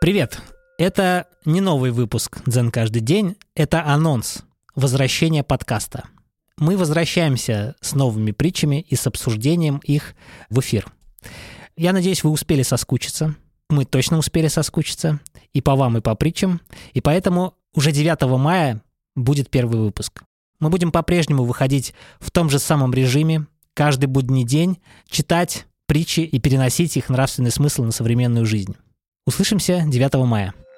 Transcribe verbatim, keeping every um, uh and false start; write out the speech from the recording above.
Привет! Это не новый выпуск «Дзен каждый день», это анонс возвращения подкаста. Мы возвращаемся с новыми притчами и с обсуждением их в эфир. Я надеюсь, вы успели соскучиться. Мы точно успели соскучиться и по вам, и по притчам. И поэтому уже девятого мая будет первый выпуск. Мы будем по-прежнему выходить в том же самом режиме, каждый будний день, читать притчи и переносить их нравственный смысл на современную жизнь. Услышимся девятого мая.